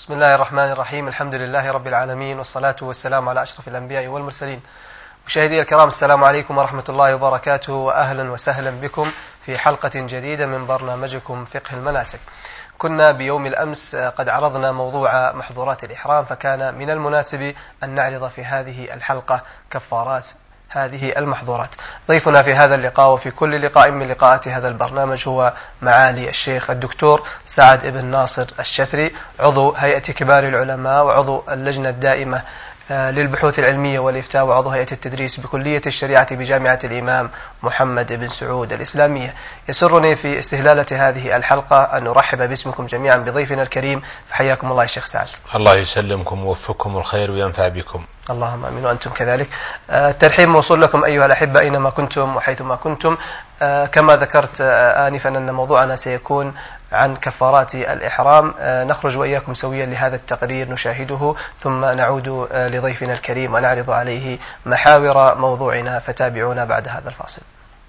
بسم الله الرحمن الرحيم. الحمد لله رب العالمين، والصلاة والسلام على أشرف الأنبياء والمرسلين. مشاهدي الكرام، السلام عليكم ورحمة الله وبركاته، وأهلا وسهلا بكم في حلقة جديدة من برنامجكم فقه المناسك. كنا بيوم الأمس قد عرضنا موضوع محظورات الإحرام، فكان من المناسب أن نعرض في هذه الحلقة كفارات هذه المحظورات. ضيفنا في هذا اللقاء وفي كل لقاء من لقاءات هذا البرنامج هو معالي الشيخ الدكتور سعد بن ناصر الشثري، عضو هيئة كبار العلماء وعضو اللجنة الدائمة للبحوث العلمية والإفتاء، وعضو هيئة التدريس بكلية الشريعة بجامعة الإمام محمد بن سعود الإسلامية. يسرني في استهلالة هذه الحلقة أن أرحب باسمكم جميعا بضيفنا الكريم، فحياكم الله الشيخ سعد. الله يسلمكم ووفقكم الخير وينفع بكم. اللهم آمين وأنتم كذلك. الترحيب موصول لكم أيها الأحبة أينما كنتم وحيثما كنتم. كما ذكرت آنفا أن موضوعنا سيكون عن كفارات الإحرام. نخرج وإياكم سويا لهذا التقرير نشاهده، ثم نعود لضيفنا الكريم ونعرض عليه محاور موضوعنا، فتابعونا بعد هذا الفاصل.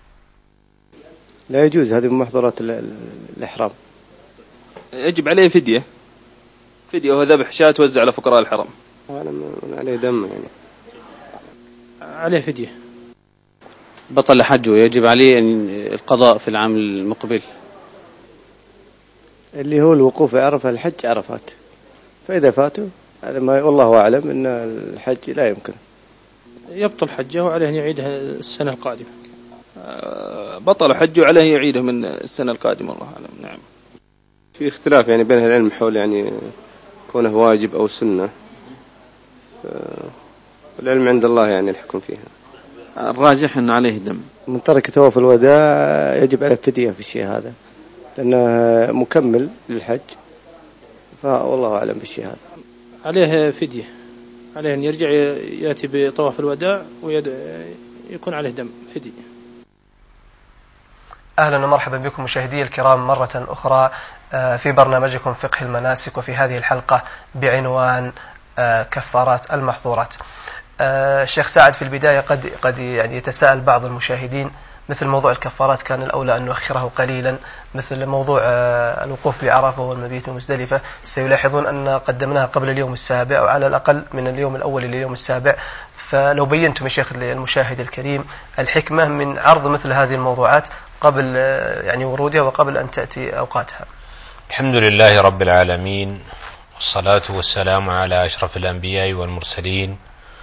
لا يجوز هذه من محظورات الإحرام. يجب عليه فدية وذبح شاة توزع على فقراء الحرم. عليه دم يعني. عليه فدية. بطل حجه يجب عليه القضاء في العام المقبل. اللي هو الوقوف في عرفة، الحج عرفات، فإذا فاتوا والله أعلم أن الحج لا يمكن. يبطل حجه وعليه أن يعيدها السنة القادمة. بطل حجه عليه يعيده من السنة القادمة الله أعلم. نعم. في اختلاف يعني بين العلم حول يعني كونه واجب أو سنة، والعلم عند الله يعني الحكم فيها. الراجح أن عليه دم. من ترك طواف الوداع يجب عليه فدية في الشيء هذا، لأنه مكمل للحج، فوالله أعلم بالشيء هذا. عليه فدية، عليه أن يرجع يأتي بطواف الوداع ويكون عليه دم فدية. أهلا ومرحبا بكم مشاهدي الكرام مرة أخرى في برنامجكم فقه المناسك، وفي هذه الحلقة بعنوان كفارات المحظورات. الشيخ سعد، في البداية قد يعني يتساءل بعض المشاهدين، مثل موضوع الكفارات كان الأولى أن نؤخره قليلا، مثل موضوع الوقوف بعرفة والمبيت بمزدلفة سيلاحظون أن قدمناها قبل اليوم السابع، أو على الأقل من اليوم الأول لليوم السابع. فلو بينتم يا شيخ للمشاهد الكريم الحكمة من عرض مثل هذه الموضوعات قبل يعني ورودها وقبل أن تأتي أوقاتها. الحمد لله رب العالمين، والصلاة والسلام على أشرف الأنبياء والمرسلين،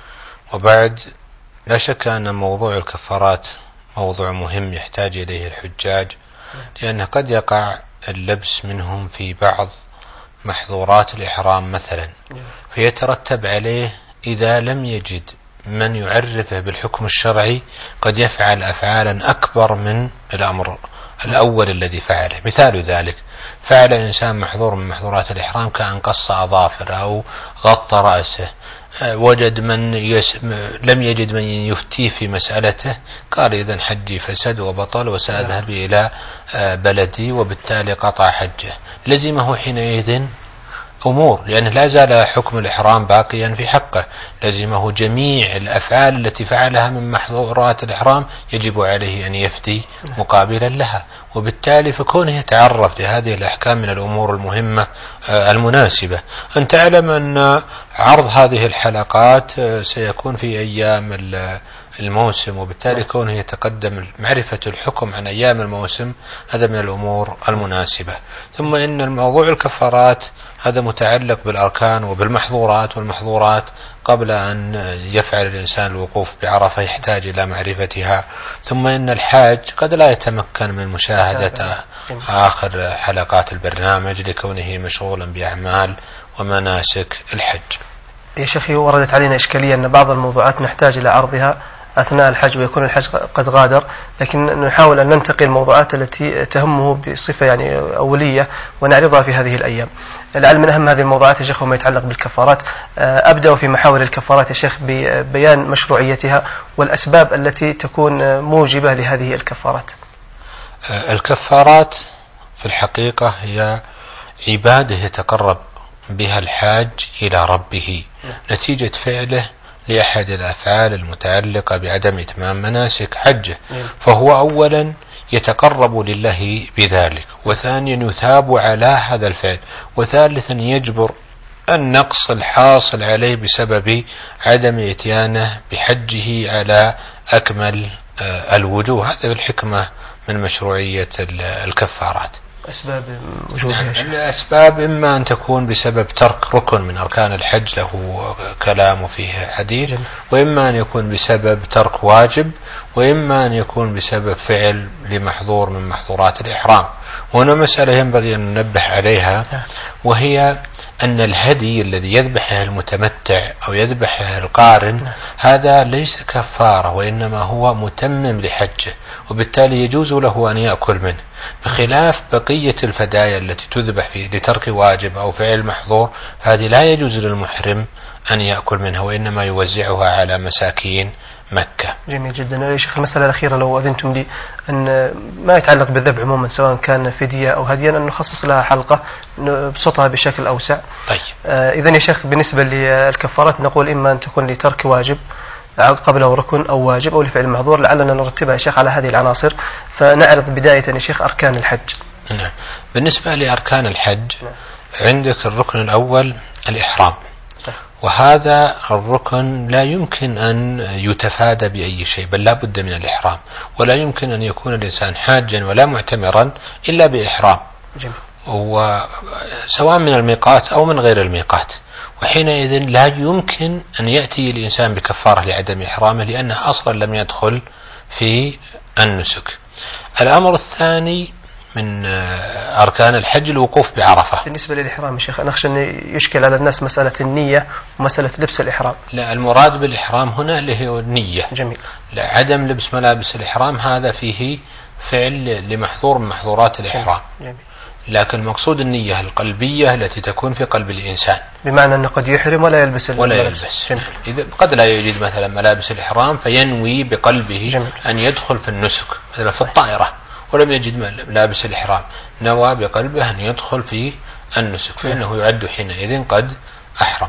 وبعد. لا شك أن موضوع الكفارات موضوع مهم يحتاج إليه الحجاج، لأنه قد يقع اللبس منهم في بعض محظورات الإحرام مثلا، فيترتب عليه إذا لم يجد من يعرفه بالحكم الشرعي قد يفعل أفعالا أكبر من الأمر الأول الذي فعله. مثال ذلك: فعل إنسان محظور من محظورات الإحرام كأن قص أظافره أو غطى رأسه، وجد من لم يجد من يفتيه في مسألته، قال إذن حجي فسد وبطل وسأذهب إلى بلدي، وبالتالي قطع حجه. لزمه حينئذ أمور، لأنه لا زال حكم الإحرام باقيا في حقه، لزمه جميع الأفعال التي فعلها من محظورات الإحرام يجب عليه أن يفدي مقابلا لها. وبالتالي فكونه يتعرف لهذه الأحكام من الأمور المهمة المناسبة. أن تعلم أن عرض هذه الحلقات سيكون في أيام الموسم، وبالتالي كونه يتقدم معرفة الحكم عن أيام الموسم هذا من الأمور المناسبة. ثم إن الموضوع الكفارات هذا متعلق بالأركان وبالمحظورات، والمحظورات قبل أن يفعل الإنسان الوقوف بعرفة يحتاج إلى معرفتها. ثم إن الحاج قد لا يتمكن من مشاهدة آخر حلقات البرنامج لكونه مشغولا بأعمال ومناسك الحج. يا شيخي، وردت علينا إشكالية أن بعض الموضوعات نحتاج إلى عرضها أثناء الحج ويكون الحج قد غادر، لكن نحاول أن ننتقي الموضوعات التي تهمه بصفة يعني أولية ونعرضها في هذه الأيام. لعل من أهم هذه الموضوعات يا شيخ وما يتعلق بالكفارات. أبدأ في محاور الكفارات يا شيخ ببيان مشروعيتها والأسباب التي تكون موجبة لهذه الكفارات. الكفارات في الحقيقة هي عبادة يتقرب بها الحاج إلى ربه نتيجة فعله لأحد الأفعال المتعلقة بعدم إتمام مناسك حجه، فهو أولا يتقرب لله بذلك، وثانيا يثاب على هذا الفعل، وثالثا يجبر النقص الحاصل عليه بسبب عدم إتيانه بحجه على أكمل الوجوه. هذا الحكمة من مشروعية الكفارات. أسباب وجودها يا شيخ؟ الأسباب إما أن تكون بسبب ترك ركن من أركان الحج له كلام وفيه حديث، وإما أن يكون بسبب ترك واجب، وإما أن يكون بسبب فعل لمحظور من محظورات الإحرام. هنا مسألة ينبغي أن ننبه عليها، وهي أن الهدي الذي يذبحه المتمتع أو يذبحه القارن هذا ليس كفارة، وإنما هو متمم لحجه، وبالتالي يجوز له أن يأكل منه، بخلاف بقية الفدايا التي تذبح لترك واجب أو فعل محظور، فهذه لا يجوز للمحرم أن يأكل منها، وإنما يوزعها على مساكين مكة. جميل جدا يا شيخ. المسألة الأخيرة لو أذنتم لي، أن ما يتعلق بالذبح عموما سواء كان فدية أو هديا، أن نخصص لها حلقة نبسطها بشكل أوسع. طيب. إذن يا شيخ بالنسبة للكفارات نقول إما أن تكون لترك واجب قبله ركن أو واجب، أو لفعل محظور. لعلنا نرتبها يا شيخ على هذه العناصر، فنعرض بداية يا شيخ أركان الحج. نعم. بالنسبة لأركان الحج عندك الركن الأول الإحرام، وهذا الركن لا يمكن أن يتفادى بأي شيء، بل لا بد من الإحرام، ولا يمكن أن يكون الإنسان حاجا ولا معتمرا إلا بإحرام، وسواء من الميقات أو من غير الميقات. وحينئذ لا يمكن أن يأتي الإنسان بكفارة لعدم إحرامه، لأنه أصلا لم يدخل في النسك. الأمر الثاني من أركان الحج الوقوف بعرفة. بالنسبة للإحرام يا شيخ أنا أخشى أن يشكل على الناس مسألة النية ومسألة لبس الإحرام. لا، المراد بالإحرام هنا اللي هو النية. جميل. لا، عدم لبس ملابس الإحرام هذا فيه فعل لمحظور من محظورات الإحرام. جميل. لكن المقصود النية القلبية التي تكون في قلب الإنسان، بمعنى أنه قد يحرم ولا يلبس إذا قد لا يجد مثلا ملابس الإحرام فينوي بقلبه جميل. أن يدخل في النسك، مثلا في الطائرة ولم يجد ملابس الإحرام، نوى بقلبه أن يدخل في النسك، فإنه يعد حينئذ قد أحرم.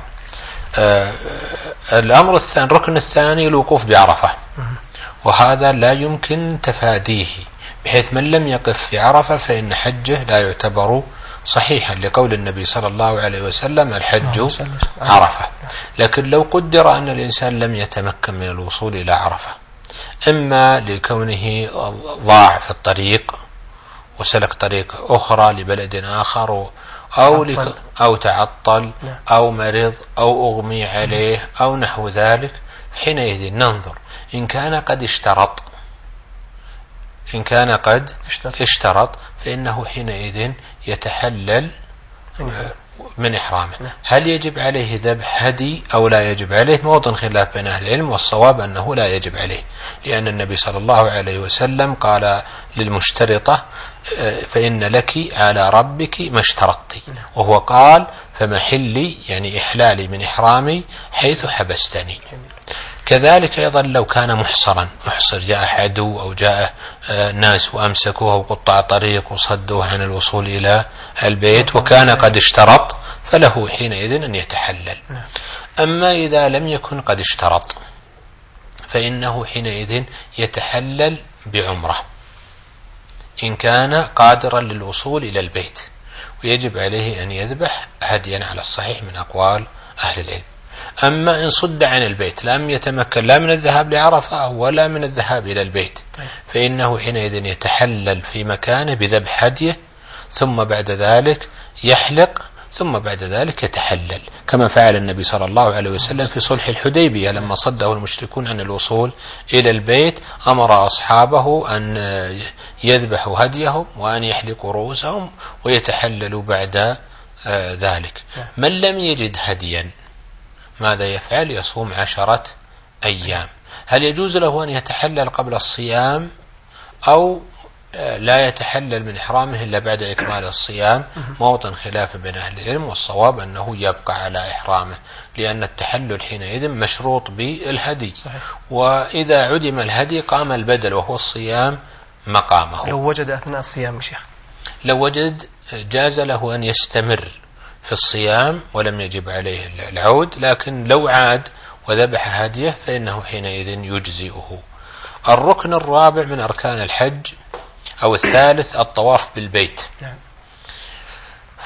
الأمر الثاني، الركن الثاني الوقوف بعرفة، وهذا لا يمكن تفاديه، بحيث من لم يقف في عرفة فإن حجه لا يعتبر صحيحا، لقول النبي صلى الله عليه وسلم الحج عرفة. لكن لو قدر أن الإنسان لم يتمكن من الوصول إلى عرفة، إما لكونه ضاع في الطريق وسلك طريق أخرى لبلد آخر، أو تعطل أو مرض أو أغمي عليه أو نحو ذلك، حينئذ ننظر إن كان قد اشترط فإنه حينئذ يتحلل من إحرامه. هل يجب عليه ذبح هدي أو لا يجب عليه؟ موطن خلاف بين أهل العلم، والصواب أنه لا يجب عليه، لأن النبي صلى الله عليه وسلم قال للمشترطة فإن لك على ربك ما اشترطت، وهو قال فمحلي يعني إحلالي من إحرامي حيث حبستني. كذلك أيضا لو كان محصر جاء عدو أو جاء ناس وأمسكوه أو قطع طريق وصدوه عن الوصول إلى البيت وكان قد اشترط، فله حينئذ أن يتحلل. أما إذا لم يكن قد اشترط فإنه حينئذ يتحلل بعمرة إن كان قادرا للوصول إلى البيت، ويجب عليه أن يذبح هديا على الصحيح من أقوال أهل العلم. أما إن صد عن البيت لم يتمكن لا من الذهاب لعرفة ولا من الذهاب إلى البيت، فإنه حينئذ يتحلل في مكانه بذبح هديه، ثم بعد ذلك يحلق، ثم بعد ذلك يتحلل، كما فعل النبي صلى الله عليه وسلم في صلح الحديبية لما صده المشركون عن الوصول إلى البيت، أمر أصحابه أن يذبحوا هديهم وأن يحلقوا رؤوسهم ويتحللوا بعد ذلك. من لم يجد هديا ماذا يفعل؟ يصوم 10 أيام. هل يجوز له أن يتحلل قبل الصيام أو لا يتحلل من إحرامه إلا بعد إكمال الصيام؟ موطن خلاف بين أهل العلم، والصواب أنه يبقى على إحرامه، لأن التحلل حينئذ مشروط بالهدي، وإذا عدم الهدي قام البدل وهو الصيام مقامه. لو وجد أثناء الصيام يا شيخ، لو وجد جاز له أن يستمر في الصيام ولم يجب عليه العود، لكن لو عاد وذبح هديه فإنه حينئذ يجزئه. الركن الرابع من أركان الحج أو الثالث الطواف بالبيت.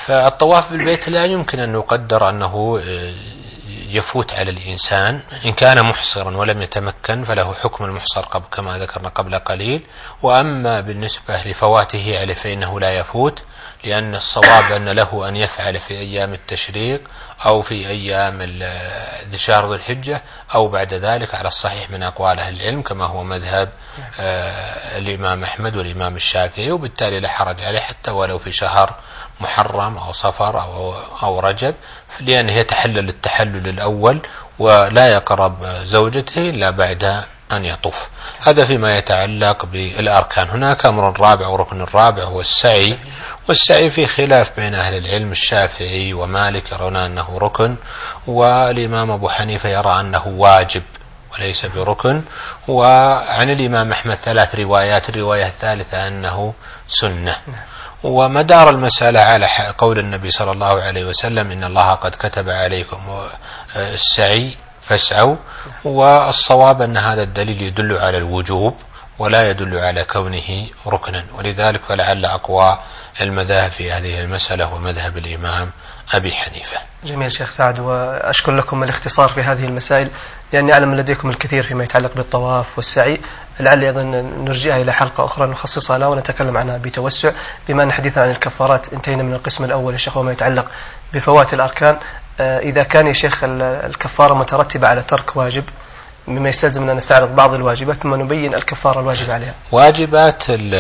فالطواف بالبيت لا يمكن أن يقدر أنه يفوت على الإنسان إن كان محصرا ولم يتمكن فله حكم المحصر كما ذكرنا قبل قليل. وأما بالنسبة لفواته عليه فإنه لا يفوت، لأن الصواب أن له أن يفعل في أيام التشريق أو في أيام شهر ذي الحجة أو بعد ذلك على الصحيح من أقوال أهل العلم كما هو مذهب الإمام أحمد والإمام الشافعي، وبالتالي لا حرج عليه حتى ولو في شهر محرم أو صفر أو رجب، لأنه يتحلل التحلل الأول ولا يقرب زوجته إلا بعد أن يطوف. هذا فيما يتعلق بالأركان. هناك أمر رابع وركن الرابع هو السعي، والسعي في خلاف بين أهل العلم. الشافعي ومالك يرون أنه ركن، والإمام أبو حنيفة يرى أنه واجب وليس بركن، وعن الإمام أحمد 3 روايات، الرواية الثالثة أنه سنة. ومدار المسألة على قول النبي صلى الله عليه وسلم إن الله قد كتب عليكم السعي فاسعوا، والصواب أن هذا الدليل يدل على الوجوب ولا يدل على كونه ركنا، ولذلك فلعل أقوى المذاهب في هذه المسألة ومذهب الإمام أبي حنيفة. جميل شيخ سعد، وأشكر لكم الاختصار في هذه المسائل لأني أعلم لديكم الكثير فيما يتعلق بالطواف والسعي، لعل أيضا نرجعها إلى حلقة أخرى نخصصها لها ونتكلم عنها بتوسع. بما أن حديثنا عن الكفارات انتهينا من القسم الأول يا شيخ وما يتعلق بفوات الأركان، إذا كان يا شيخ الكفارة مترتبة على ترك واجب مما يستلزم أن نستعرض بعض الواجبات ثم نبين الكفارة الواجب عليها. واجبات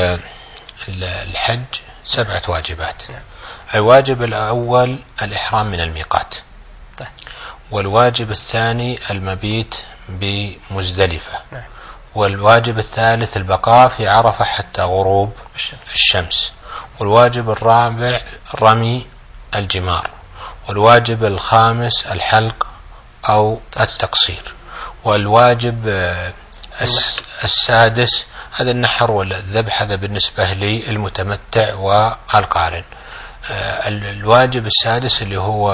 الحج 7 واجبات. الواجب الأول الإحرام من الميقات، والواجب الثاني المبيت بمزدلفة، والواجب الثالث البقاء في عرفة حتى غروب الشمس، والواجب الرابع رمي الجمار، والواجب الخامس الحلق أو التقصير، والواجب السادس هذا النحر والذبح، هذا بالنسبة للمتمتع والقارن. الواجب السادس اللي هو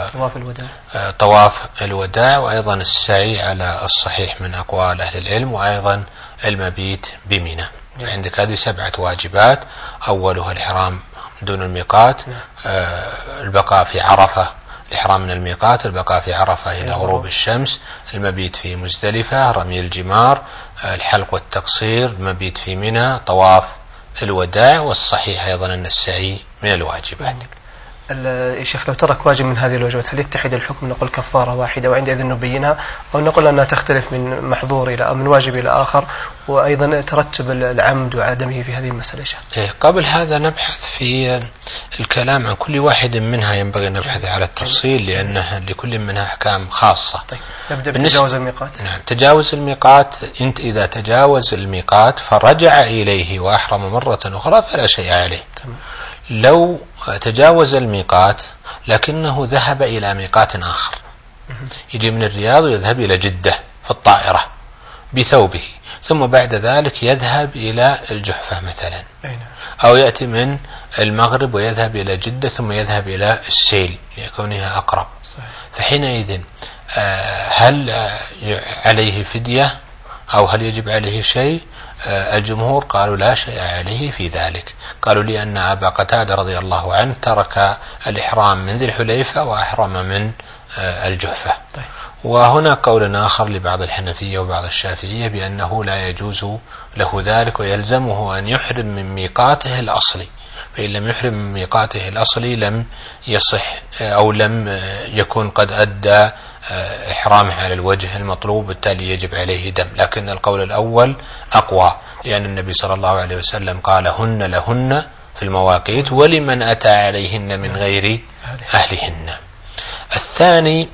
طواف الوداع، وأيضا السعي على الصحيح من أقوال أهل العلم، وأيضا المبيت بمنى. عندك هذه 7 واجبات، أولها الإحرام دون الميقات، البقاء في عرفة، الإحرام من الميقات، البقاء في عرفة إلى غروب الشمس، المبيت في مزدلفة، رمي الجمار، الحلق والتقصير، المبيت في منى، طواف الوداع، والصحيح أيضا أن السعي من الواجبات. الشيخ لو ترك واجب من هذه الواجبات هل يتحد الحكم نقول كفارة واحدة وعندئذ نبينها، أو نقول أنها تختلف من محظور إلى من واجب إلى آخر، وأيضا ترتب العمد وعدمه في هذه المسألة؟ قبل هذا نبحث في الكلام عن كل واحد منها، ينبغي أن نبحث على التفصيل لأنها لكل منها أحكام خاصة. نبدأ بتجاوز الميقات. نعم، تجاوز الميقات. أنت إذا تجاوز الميقات فرجع إليه وأحرم مرة أخرى فلا شيء عليه. لو تجاوز الميقات لكنه ذهب إلى ميقات آخر، يجي من الرياض ويذهب إلى جدة في الطائرة بثوبه، ثم بعد ذلك يذهب إلى الجحفة مثلا، أو يأتي من المغرب ويذهب إلى جدة ثم يذهب إلى السيل لكونها أقرب، فحينئذ هل عليه فدية أو هل يجب عليه شيء؟ الجمهور قالوا لا شيء عليه في ذلك، قالوا لأن أبا قتادة رضي الله عنه ترك الإحرام من ذي الحليفة وأحرم من الجحفة. وهنا قول آخر لبعض الحنفية وبعض الشافعية بأنه لا يجوز له ذلك ويلزمه أن يحرم من ميقاته الأصلي، فإن لم يحرم من ميقاته الأصلي لم يصح أو لم يكن قد أدى إحرامه على الوجه المطلوب، بالتالي يجب عليه دم. لكن القول الأول أقوى، لأن النبي صلى الله عليه وسلم قال هن لهن في المواقيت ولمن أتى عليهن من غير أهلهن. الثاني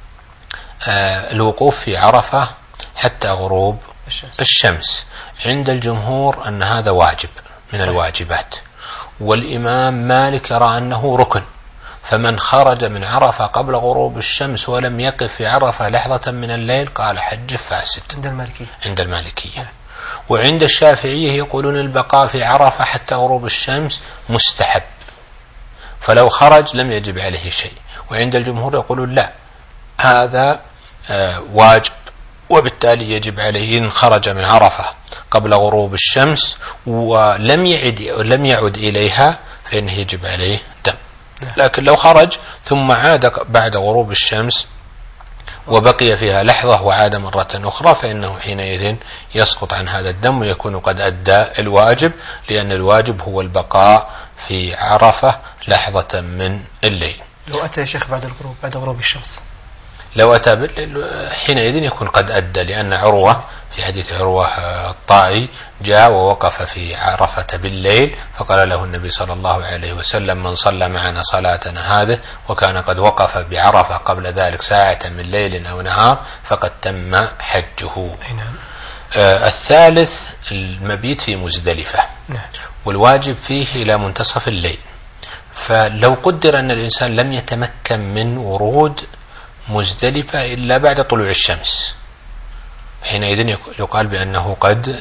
الوقوف في عرفة حتى غروب الشمس. عند الجمهور أن هذا واجب من الواجبات، والإمام مالك يرى أنه ركن، فمن خرج من عرفة قبل غروب الشمس ولم يقف في عرفة لحظة من الليل قال حج فاسد عند المالكية. وعند الشافعية يقولون البقاء في عرفة حتى غروب الشمس مستحب، فلو خرج لم يجب عليه شيء. وعند الجمهور يقولون لا، هذا واجب، وبالتالي يجب عليه إن خرج من عرفة قبل غروب الشمس ولم يعد إليها فإنه يجب عليه دم. لكن لو خرج ثم عاد بعد غروب الشمس وبقي فيها لحظة وعاد مرة أخرى فإنه حينئذ يسقط عن هذا الدم ويكون قد أدى الواجب، لأن الواجب هو البقاء في عرفة لحظة من الليل. لو أتى يا شيخ بعد غروب الشمس، لو أتى حينئذ يكون قد أدى، لأن عروة في حديث عروة الطائي جاء ووقف في عرفة بالليل فقال له النبي صلى الله عليه وسلم: من صلى معنا صلاتنا هذه وكان قد وقف بعرفة قبل ذلك ساعة من ليل أو نهار فقد تم حجه. الثالث المبيت في مزدلفة، والواجب فيه إلى منتصف الليل. فلو قدر أن الإنسان لم يتمكن من ورود مزدلفة إلا بعد طلوع الشمس، حينئذ يقال بأنه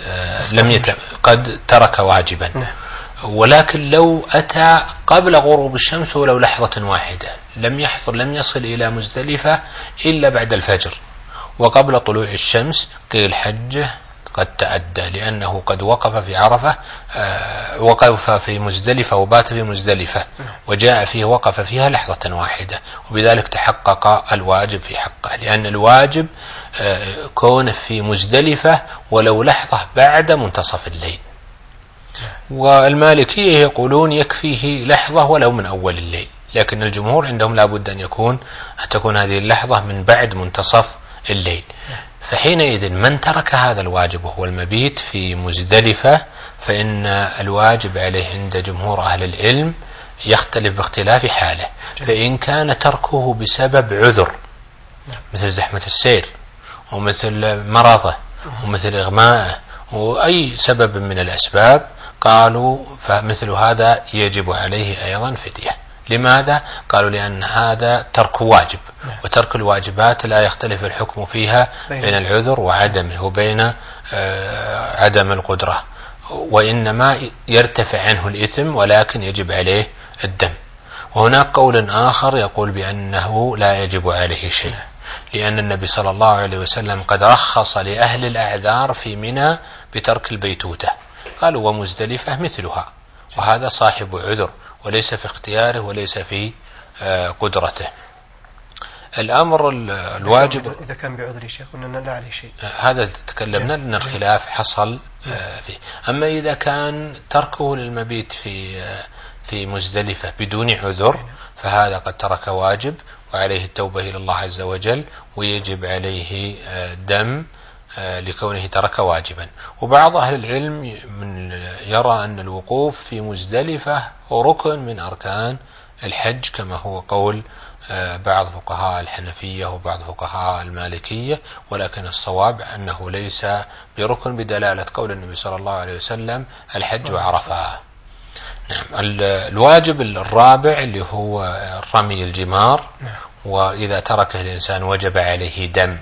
قد ترك واجبا. ولكن لو أتى قبل غروب الشمس ولو لحظة واحدة لم يصل إلى مزدلفة إلا بعد الفجر وقبل طلوع الشمس، قيل حجه قد تأدى، لأنه قد وقف في عرفة، وقف في مزدلفة وبات في مزدلفة وجاء فيه وقف فيها لحظة واحدة، وبذلك تحقق الواجب في حقه، لأن الواجب كونه في مزدلفة ولو لحظة بعد منتصف الليل. والمالكية يقولون يكفيه لحظة ولو من أول الليل، لكن الجمهور عندهم لابد أن تكون هذه اللحظة من بعد منتصف الليل. فحينئذ من ترك هذا الواجب وهو المبيت في مزدلفة فإن الواجب عليه عند جمهور أهل العلم يختلف باختلاف حاله. فإن كان تركه بسبب عذر مثل زحمة السير ومثل مرضه ومثل إغماءه وأي سبب من الأسباب، قالوا فمثل هذا يجب عليه أيضا فدية. لماذا؟ قالوا لأن هذا ترك واجب، وترك الواجبات لا يختلف الحكم فيها بين العذر وعدمه وبين عدم القدرة، وإنما يرتفع عنه الإثم ولكن يجب عليه الدم. وهناك قول آخر يقول بأنه لا يجب عليه شيء، لأن النبي صلى الله عليه وسلم قد رخص لأهل الأعذار في منى بترك البيتوتة، قالوا ومزدلفة مثلها، وهذا صاحب عذر وليس في اختياره وليس في قدرته. الأمر الواجب إذا كان بعذر شيخ قلنا لا عليه شيء، هذا تكلمنا أن الخلاف حصل فيه. أما إذا كان تركه للمبيت في مزدلفة بدون عذر فهذا قد ترك واجب وعليه التوبة إلى الله عز وجل، ويجب عليه دم لكونه ترك واجبا. وبعض أهل العلم يرى أن الوقوف في مزدلفة ركن من أركان الحج، كما هو قول بعض فقهاء الحنفية وبعض فقهاء المالكية، ولكن الصواب أنه ليس بركن بدلالة قول النبي صلى الله عليه وسلم الحج عرفة. نعم. الواجب الرابع اللي هو رمي الجمار، وإذا تركه الإنسان وجب عليه دم،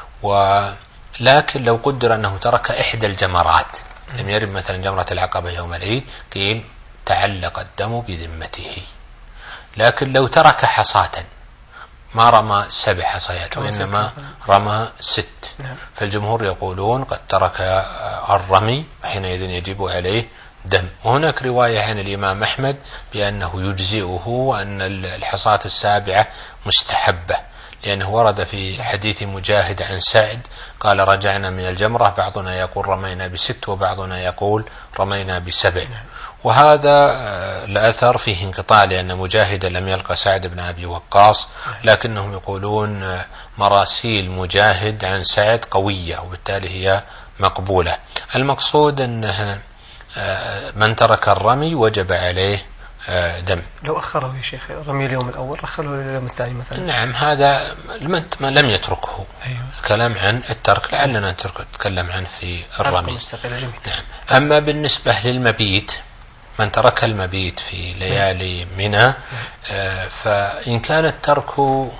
لكن لو قدر أنه ترك إحدى الجمرات، لم يرم مثلا جمرة العقبة يوم العيد، قيل تعلق الدم بذمته. لكن لو ترك حصاة ما رمى 7 حصيات وإنما رمى 6، فالجمهور يقولون قد ترك الرمي حينئذ يجب عليه دم. وهناك رواية عن الإمام أحمد بأنه يجزئه وأن الحصاة 7 مستحبة، لأنه ورد في حديث مجاهد عن سعد قال رجعنا من الجمرة بعضنا يقول رمينا ب6 وبعضنا يقول رمينا ب7. وهذا الأثر فيه انقطاع، لأن مجاهدا لم يلقى سعد بن أبي وقاص، لكنهم يقولون مراسيل مجاهد عن سعد قوية وبالتالي هي مقبولة. المقصود أنه من ترك الرمي وجب عليه دم. لو أخره يا شيخ رمي اليوم الأول رخله لليوم الثاني مثلا، نعم هذا لم يتركه. أيوة. الكلام عن الترك لعلنا نتكلم عن في الرمي. نعم. أما بالنسبة للمبيت، من ترك المبيت في ليالي منى فإن كان الترك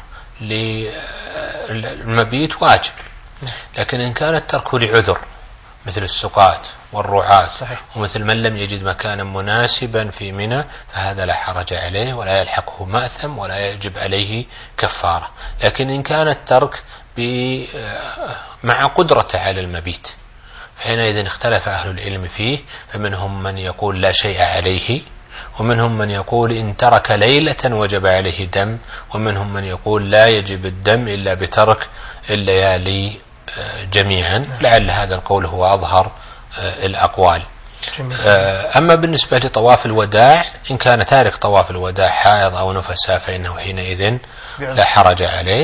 للمبيت واجب، لكن إن كان الترك لعذر مثل السقاط والرعاة ومثل من لم يجد مكانا مناسبا في منى فهذا لا حرج عليه ولا يلحقه مأثم ولا يجب عليه كفارة. لكن إن كان الترك مع قدرته على المبيت فحينئذ اختلف أهل العلم فيه، فمنهم من يقول لا شيء عليه، ومنهم من يقول إن ترك ليلة وجب عليه دم، ومنهم من يقول لا يجب الدم إلا بترك الليالي جميعا. لعل هذا القول هو أظهر الأقوال. أما بالنسبة لطواف الوداع، إن كان تارك طواف الوداع حائض أو نفساء فإنه حينئذ لا حرج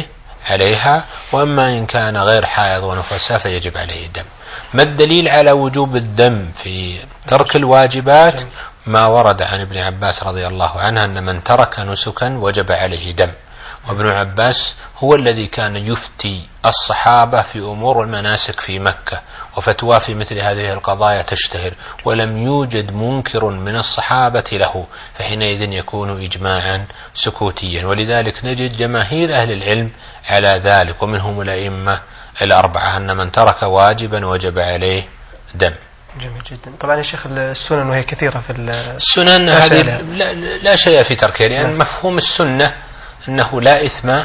عليها، وأما إن كان غير حائض ونفساء فيجب عليه الدم. ما الدليل على وجوب الدم في ترك الواجبات؟ ما ورد عن ابن عباس رضي الله عنه أن من ترك نسكا وجب عليه دم، وابن عباس هو الذي كان يفتي الصحابة في أمور المناسك في مكة، وفتوى في مثل هذه القضايا تشتهر، ولم يوجد منكر من الصحابة له، فحينئذ يكون إجماعا سكوتيا. ولذلك نجد جماهير أهل العلم على ذلك، ومنهم الأئمة الأربعة أن من ترك واجبا وجب عليه دم. جميل جدا. طبعا يا شيخ السنن وهي كثيرة في السنن هذه لا شيء في تركها، لأن مفهوم السنة أنه لا إثم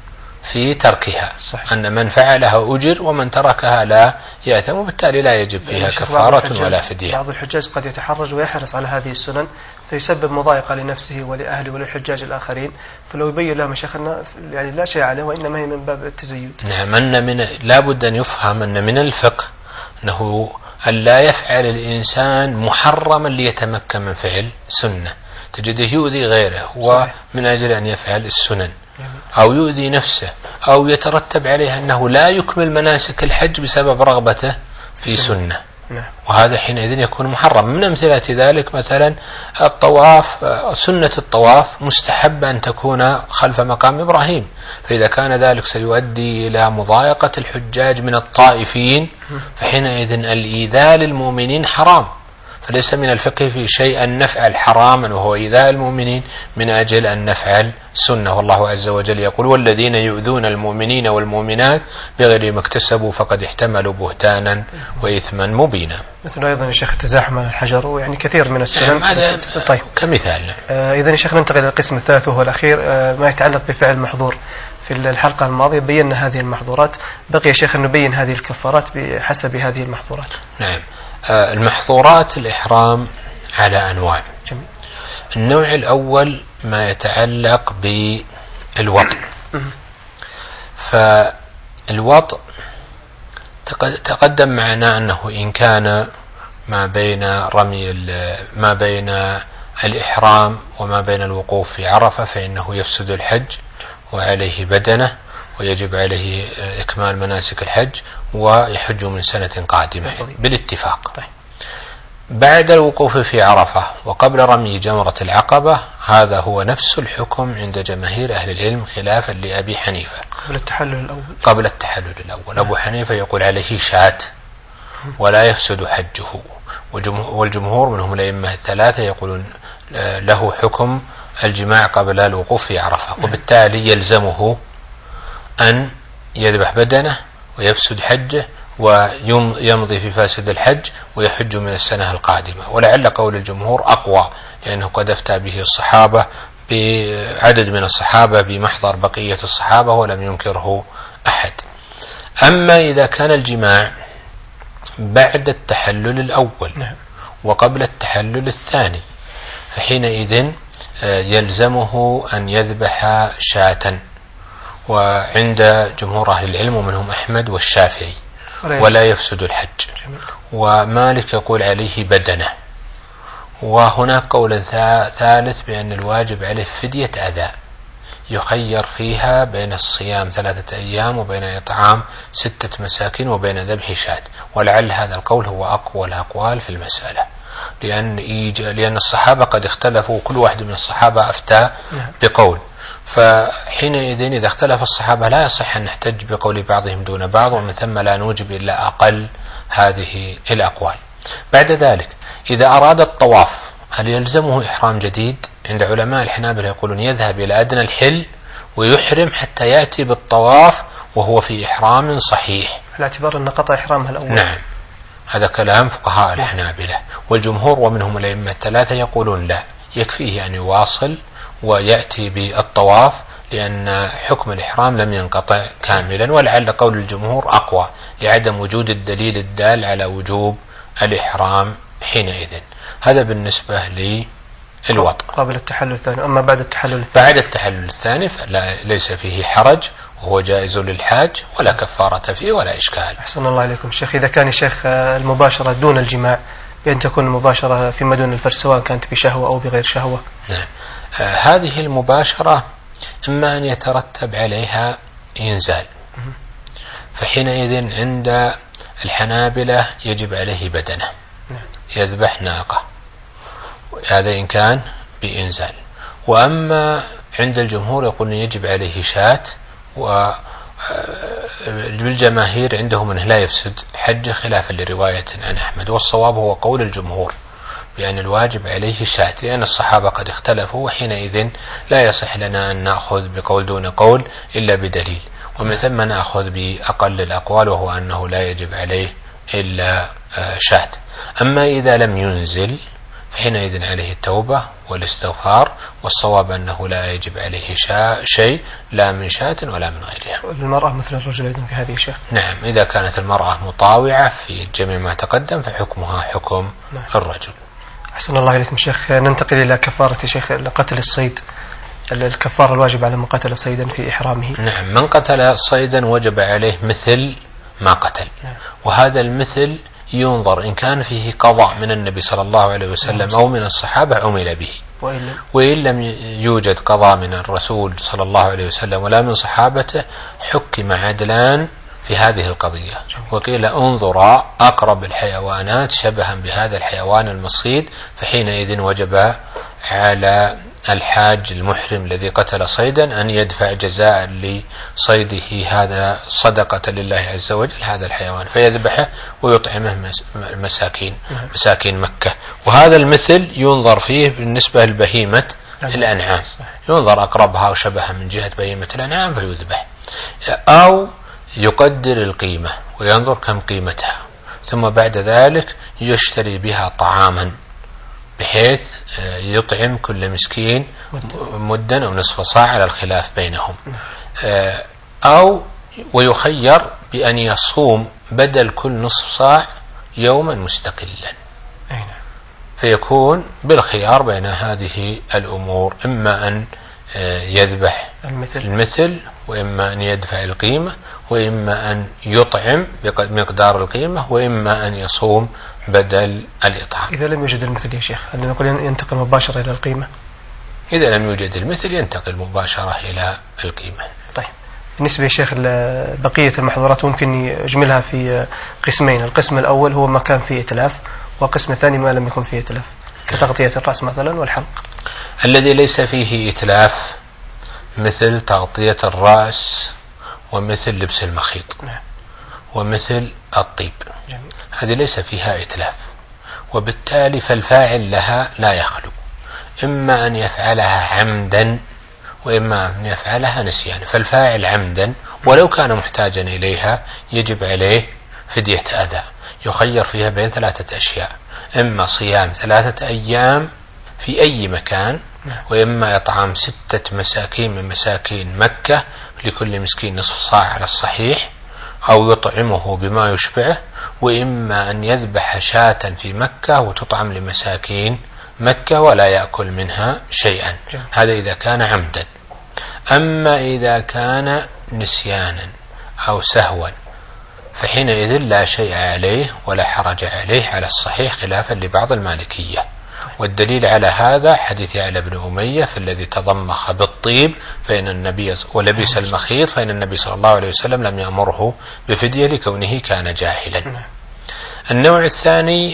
في تركها، صحيح. أن من فعلها أجر ومن تركها لا يأثم، وبالتالي لا يجب فيها كفارة ولا فدية. بعض الحجاج قد يتحرج ويحرص على هذه السنن فيسبب مضايقة لنفسه ولأهله وللحجاج الآخرين، فلو يبين لهم شيخنا يعني لا شيء عليه، وإنما هي من باب التزيد. نعم، لا بد أن يفهم أن من الفقه أنه أن لا يفعل الإنسان محرما ليتمكن من فعل سنة، تجده يؤذي غيره ومن أجل أن يفعل السنن، أو يؤذي نفسه، أو يترتب عليه أنه لا يكمل مناسك الحج بسبب رغبته في سنة، وهذا حينئذ يكون محرم. من أمثلة ذلك مثلا الطواف، سنة الطواف مستحب أن تكون خلف مقام إبراهيم، فإذا كان ذلك سيؤدي إلى مضايقة الحجاج من الطائفين فحينئذ الإيذاء للمؤمنين حرام، فليس من الفقه في شيء أن نفعل حراما وهو إيذاء المؤمنين من أجل أن نفعل سنة. والله عز وجل يقول والذين يؤذون المؤمنين والمؤمنات بغير ما اكتسبوا فقد احتملوا بهتانا وإثما مبينا. مثل أيضا يا شيخ التزاحم على الحجر، ويعني كثير من السنن. هذا طيب كمثال. إذن يا شيخ ننتقل إلى القسم الثالث وهو الأخير، ما يتعلق بفعل محظور. في الحلقة الماضية بينا هذه المحظورات، بقي يا شيخ أن نبين هذه الكفارات بحسب هذه المحظورات. نعم. المحظورات الإحرام على أنواع. جميل. النوع الأول ما يتعلق بالوطء. فالوطء تقدم معنا أنه إن كان ما بين الإحرام وما بين الوقوف في عرفة فإنه يفسد الحج وعليه بدنه ويجب عليه إكمال مناسك الحج ويحج من سنة قادمة بالاتفاق. بعد الوقوف في عرفة وقبل رمي جمرة العقبة هذا هو نفس الحكم عند جماهير أهل العلم خلافا لأبي حنيفة. قبل التحلل الأول أبو حنيفة يقول عليه شاة ولا يفسد حجه، والجمهور منهم الأئمة الثلاثة يقولون له حكم الجماع قبل الوقوف في عرفة، وبالتالي يلزمه أن يذبح بدنه ويفسد حجه ويمضي في فاسد الحج ويحج من السنة القادمة. ولعل قول الجمهور أقوى لأنه قد أفتى به الصحابة بعدد من الصحابة بمحضر بقية الصحابة ولم ينكره أحد. أما إذا كان الجماع بعد التحلل الأول وقبل التحلل الثاني فحينئذ يلزمه أن يذبح شاة، وعند جمهور أهل العلم ومنهم أحمد والشافعي ولا يفسد الحج. ومالك يقول عليه بدنه. وهناك قول ثالث بأن الواجب عليه فدية أذى يخير فيها بين الصيام 3 أيام وبين إطعام 6 مساكين وبين ذبح شاة، ولعل هذا القول هو أقوى الأقوال في المسألة، لأن الصحابة قد اختلفوا، كل واحد من الصحابة أفتى بقول، فحينئذ إذا اختلف الصحابة لا يصح أن نحتج بقول بعضهم دون بعض، ومن ثم لا نوجب إلا أقل هذه الأقوال. بعد ذلك إذا أراد الطواف هل يلزمه إحرام جديد؟ عند علماء الحنابلة يقولون يذهب إلى أدنى الحل ويحرم حتى يأتي بالطواف وهو في إحرام صحيح، على اعتبار أن قطع إحرامها الأول. نعم، هذا كلام فقهاء الحنابلة. والجمهور ومنهم الأئمة الثلاثة يقولون لا، يكفيه أن يواصل ويأتي بالطواف لأن حكم الإحرام لم ينقطع كاملا، ولعل قول الجمهور أقوى لعدم وجود الدليل الدال على وجوب الإحرام حينئذ. هذا بالنسبة الوطء قبل التحلل الثاني. أما بعد التحلل الثاني، بعد التحلل الثاني فليس فيه حرج وهو جائز للحاج ولا كفارة فيه ولا إشكال. أحسن الله إليكم شيخ. إذا كان شيخ المباشرة دون الجماع بأن تكون المباشرة فيما دون الفرج سواء كانت بشهوة أو بغير شهوة. نعم. هذه المباشرة إما أن يترتب عليها إنزال، فحينئذ عند الحنابلة يجب عليه بدنه، يذبح ناقة، هذا إن كان بإنزال. وأما عند الجمهور يقول يجب عليه شاة، والجماهير عندهم أنه لا يفسد حج خلافا لرواية عن أحمد، والصواب هو قول الجمهور بأن الواجب عليه شاة، لأن الصحابة قد اختلفوا، وحينئذ لا يصح لنا أن نأخذ بقول دون قول إلا بدليل، ومن ثم نأخذ بأقل الأقوال وهو أنه لا يجب عليه إلا شاة. أما إذا لم ينزل فحينئذ عليه التوبة والاستغفار، والصواب أنه لا يجب عليه شيء لا من شاة ولا من غيرها. المرأة مثل الرجل أيضا في هذه الشاة. نعم، إذا كانت المرأة مطاوعة في جميع ما تقدم فحكمها حكم الرجل. أحسن الله إليكم شيخ. ننتقل إلى كفارة شيخ قتل الصيد، الكفارة الواجب على من قتل صيدا في إحرامه. نعم، من قتل صيدا وجب عليه مثل ما قتل، وهذا المثل ينظر إن كان فيه قضاء من النبي صلى الله عليه وسلم أو من الصحابة عمل به، وإن لم يوجد قضاء من الرسول صلى الله عليه وسلم ولا من صحابته حكم عدلان في هذه القضية، وقيل انظر أقرب الحيوانات شبها بهذا الحيوان المصيد، فحينئذ وجب على الحاج المحرم الذي قتل صيدا أن يدفع جزاء لصيده هذا صدقة لله عز وجل هذا الحيوان، فيذبحه ويطعمه مساكين مكة. وهذا المثل ينظر فيه بالنسبة لبهيمة الأنعام، ينظر أقربها وشبهها من جهة بهيمة الأنعام فيذبح، أو يقدر القيمة وينظر كم قيمتها، ثم بعد ذلك يشتري بها طعاما بحيث يطعم كل مسكين مدا أو نصف صاع على الخلاف بينهم، أو ويخير بأن يصوم بدل كل نصف صاع يوما مستقلا، فيكون بالخيار بين هذه الأمور، إما أن يذبح المثل، وإما أن يدفع القيمة، وإما أن يطعم بمقدار القيمة، وإما أن يصوم بدل الإطعام. إذا لم يوجد المثل يا شيخ هل نقول ينتقل مباشرة إلى القيمة؟ إذا لم يوجد المثل ينتقل مباشرة إلى القيمة. طيب، بالنسبة يا شيخ بقية المحظورات ممكن يجملها في قسمين، القسم الأول هو ما كان فيه إتلاف، والقسم الثاني ما لم يكن فيه إتلاف كتغطية الرأس مثلا والحلق. الذي ليس فيه إتلاف مثل تغطية الرأس ومثل لبس المخيط ومثل الطيب، هذه ليس فيها إتلاف، وبالتالي فالفاعل لها لا يخلو، إما أن يفعلها عمدا وإما أن يفعلها نسيانا. فالفاعل عمدا ولو كان محتاجا إليها يجب عليه فدية أذى، يخير فيها بين 3 أشياء، إما صيام 3 أيام في أي مكان، وإما إطعام 6 مساكين من مساكين مكة لكل مسكين نصف صاع على الصحيح، أو يطعمه بما يشبعه، وإما أن يذبح شاة في مكة وتطعم لمساكين مكة ولا يأكل منها شيئا، هذا إذا كان عمدا. أما إذا كان نسيانا أو سهوا فحينئذ لا شيء عليه ولا حرج عليه على الصحيح خلافا لبعض المالكية، والدليل على هذا حديث يعلى بن أمية في الذي تضمخ بالطيب فإن النبي ولبس المخيط فإن النبي صلى الله عليه وسلم لم يأمره بفدية لكونه كان جاهلا. النوع الثاني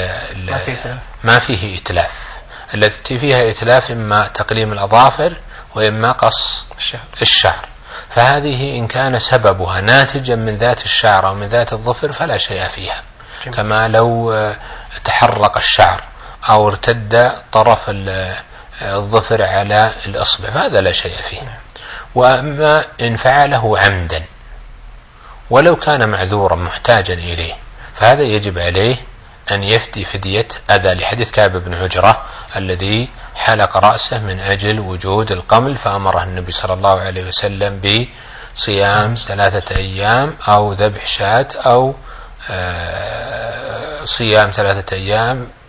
ما فيه إتلاف، التي فيها إتلاف إما تقليم الأظافر وإما قص الشعر، فهذه إن كان سببها ناتجا من ذات الشعر أو من ذات الظفر فلا شيء فيها، كما لو تحرق الشعر أو ارتد طرف الظفر على الأصبع فهذا لا شيء فيه. وأما إن فعله عمدا ولو كان معذورا محتاجا إليه فهذا يجب عليه أن يفدي فدية أذى، لحديث كعب بن عجرة الذي حلق رأسه من أجل وجود القمل، فأمره النبي صلى الله عليه وسلم بصيام 3 أيام أو ذبح شاة أو صيام 3 أيام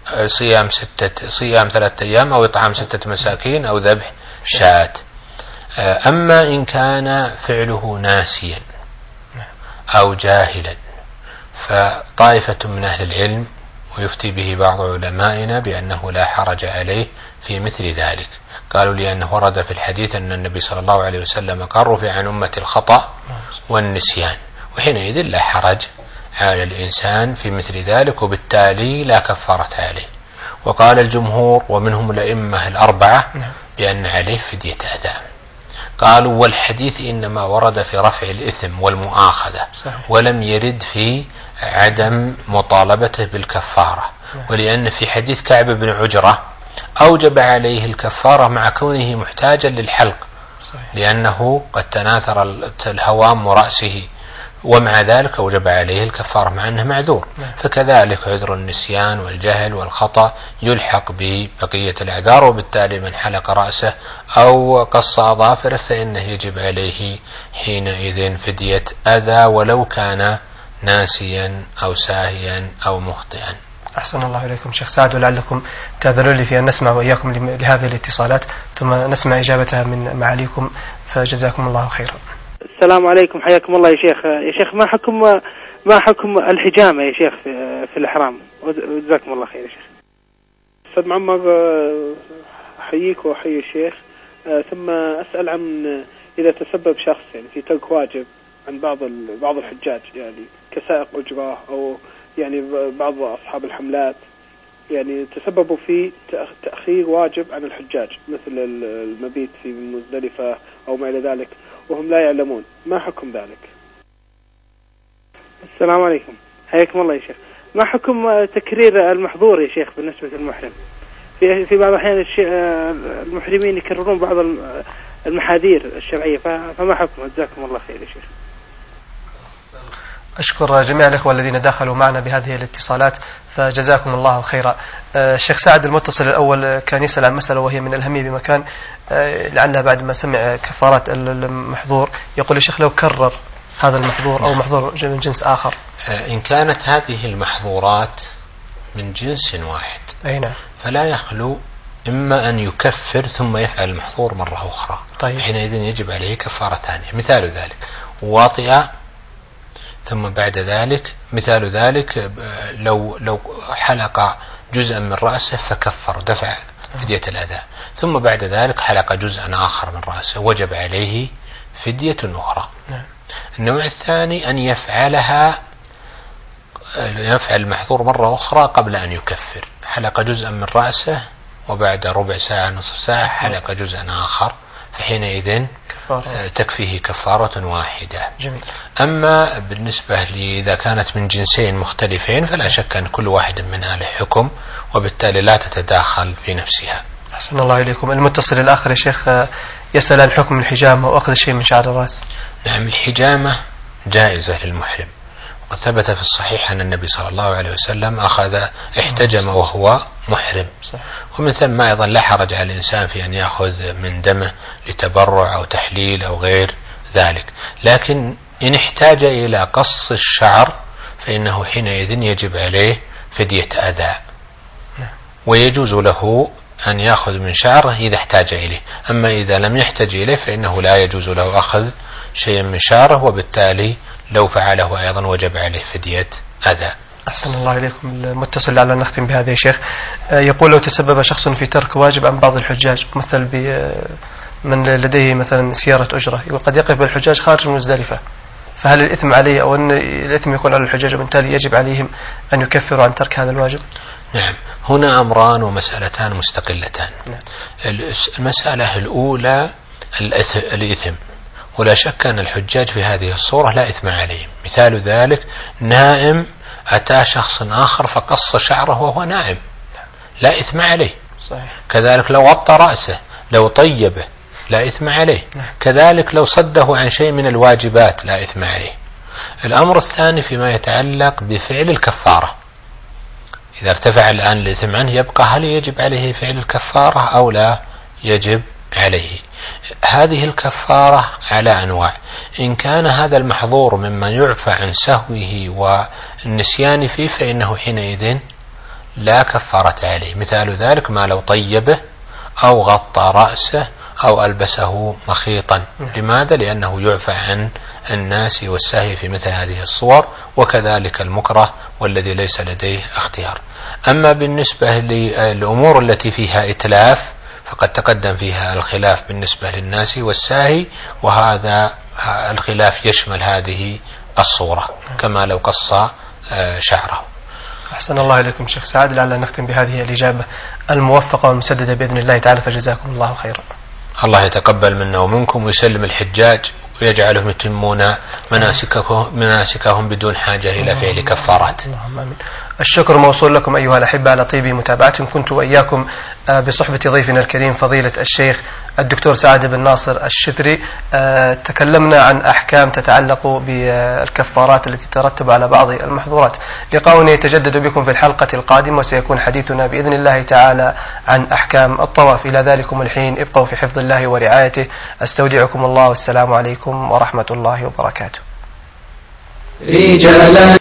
صيام 3 أيام أو إطعام 6 مساكين أو ذبح شاة. أما إن كان فعله ناسيا أو جاهلا فطائفة من أهل العلم ويفتي به بعض علمائنا بأنه لا حرج عليه في مثل ذلك. قالوا لأنه ورد في الحديث أن النبي صلى الله عليه وسلم قال رفع عن أمة الخطأ والنسيان، وحينئذ لا حرج على الإنسان في مثل ذلك، وبالتالي لا كفارة عليه. وقال الجمهور ومنهم الأئمة الأربعة بأن عليه فدية أذى. قالوا والحديث إنما ورد في رفع الإثم والمؤاخذة ولم يرد في عدم مطالبته بالكفارة، ولأن في حديث كعب بن عجرة أوجب عليه الكفارة مع كونه محتاجا للحلق لأنه قد تناثر الهوام رأسه، ومع ذلك أوجب عليه الكفارة مع أنه معذور. فكذلك عذر النسيان والجهل والخطأ يلحق ببقية الأعذار، وبالتالي من حلق رأسه أو قص أظافره فإنه يجب عليه حينئذ فدية أذى ولو كان ناسيا أو ساهيا أو مخطئا. أحسن الله إليكم شيخ سعد، ولعلكم تأذنوا لي في أن نسمع وإياكم لهذه الاتصالات ثم نسمع إجابتها من معاليكم، فجزاكم الله خيرا. السلام عليكم، حياكم الله يا شيخ. يا شيخ ما حكم الحجامة يا شيخ في الإحرام؟ جزاكم الله خير يا شيخ. أستاذ معمر أحييك وأحيي الشيخ. ثم أسأل عن إذا تسبب شخص يعني في ترك واجب عن بعض الحجاج، يعني كسائق أجرة أو يعني بعض أصحاب الحملات، يعني تسببوا في تأخير واجب عن الحجاج مثل المبيت في مزدلفة أو ما إلى ذلك وهم لا يعلمون، ما حكم ذلك؟ السلام عليكم، حياكم الله يا شيخ. ما حكم تكرير المحظور يا شيخ بالنسبة للمحرم؟ في بعض الأحيان المحرمين يكررون بعض المحاذير الشرعية، فما حكم؟ جزاكم الله خير يا شيخ. أشكر جميع الإخوة الذين دخلوا معنا بهذه الاتصالات، فجزاكم الله خيرا. الشيخ سعد المتصل الأول كان يسأل عن مسألة وهي من الأهمية بمكان، لعلها بعد ما سمع كفارات المحظور، يقول الشيخ لو كرر هذا المحظور أو محظور من جنس آخر. إن كانت هذه المحظورات من جنس واحد فلا يخلو إما أن يكفر ثم يفعل المحظور مرة أخرى. طيب. حينئذ يجب عليه كفارة ثانية. مثال ذلك واطئ، ثم بعد ذلك مثال ذلك لو حلق جزءا من رأسه فكفر دفع فدية الأذى، ثم بعد ذلك حلق جزءا آخر من رأسه وجب عليه فدية أخرى. النوع الثاني أن يفعل المحظور مرة أخرى قبل أن يكفر، حلق جزءا من رأسه وبعد ربع ساعة نصف ساعة حلق جزءا آخر، فحينئذ تكفيه كفارة واحدة. جميل. أما بالنسبة إذا كانت من جنسين مختلفين فلا شك أن كل واحد منها له حكم، وبالتالي لا تتداخل في نفسها. أحسن الله إليكم. المتصل الآخر يا شيخ يسأل عن حكم الحجامة وأخذ شيء من شعر الرأس. نعم، الحجامة جائزة للمحرم، وقد ثبت في الصحيح أن النبي صلى الله عليه وسلم احتجم وهو محرم. ومن ثم أيضا لا حرج على الإنسان في أن يأخذ من دمه لتبرع أو تحليل أو غير ذلك، لكن إن احتاج إلى قص الشعر فإنه حينئذ يجب عليه فدية أذى، ويجوز له أن يأخذ من شعره إذا احتاج إليه. أما إذا لم يحتاج إليه فإنه لا يجوز له أخذ شيء من شعره، وبالتالي لو فعله أيضا وجب عليه فدية أذى. أحسن الله إليكم. المتصل على نختم بهذا يا شيخ، يقول لو تسبب شخص في ترك واجب عن بعض الحجاج، مثل من لديه مثلا سيارة أجرة، قد يقف بالحجاج خارج مزدلفة، فهل الإثم عليه أو أن الإثم يكون على الحجاج وبالتالي يجب عليهم أن يكفروا عن ترك هذا الواجب؟ نعم، هنا أمران ومسألتان مستقلتان. نعم. المسألة الأولى الإثم، ولا شك أن الحجاج في هذه الصورة لا إثم عليهم. مثال ذلك نائم أتى شخص آخر فقص شعره وهو نائم، لا إثم عليه. صحيح. كذلك لو غطى رأسه، لو طيبه، لا إثم عليه. كذلك لو صده عن شيء من الواجبات لا إثم عليه. الأمر الثاني فيما يتعلق بفعل الكفارة، إذا ارتفع الآن الإثم عنه يبقى هل يجب عليه فعل الكفارة أو لا يجب عليه. هذه الكفارة على أنواع. إن كان هذا المحظور مما يعفى عن سهوه والنسيان فيه فإنه حينئذ لا كفارة عليه. مثال ذلك ما لو طيبه أو غطى رأسه أو ألبسه مخيطا. لماذا؟ لأنه يعفى عن الناس والسهي في مثل هذه الصور، وكذلك المكره والذي ليس لديه اختيار. أما بالنسبة للأمور التي فيها إتلاف فقد تقدم فيها الخلاف بالنسبة للناس والساهي، وهذا الخلاف يشمل هذه الصورة كما لو قص شعره. أحسن الله إليكم شيخ سعد. لعل نختم بهذه الإجابة الموفقة والمسددة بإذن الله تعالى، فجزاكم الله خيرا. الله يتقبل منا ومنكم ويسلم الحجاج ويجعلهم يتمون مناسكهم بدون حاجة إلى فعل كفارات. آمين. الشكر موصول لكم أيها الأحبة على طيب متابعتكم. كنت وإياكم بصحبة ضيفنا الكريم فضيلة الشيخ الدكتور سعد بن ناصر الشذري. تكلمنا عن أحكام تتعلق بالكفارات التي ترتب على بعض المحظورات. لقاؤنا يتجدد بكم في الحلقة القادمة، وسيكون حديثنا بإذن الله تعالى عن أحكام الطواف. إلى ذلكم الحين ابقوا في حفظ الله ورعايته. أستودعكم الله والسلام عليكم ورحمة الله وبركاته.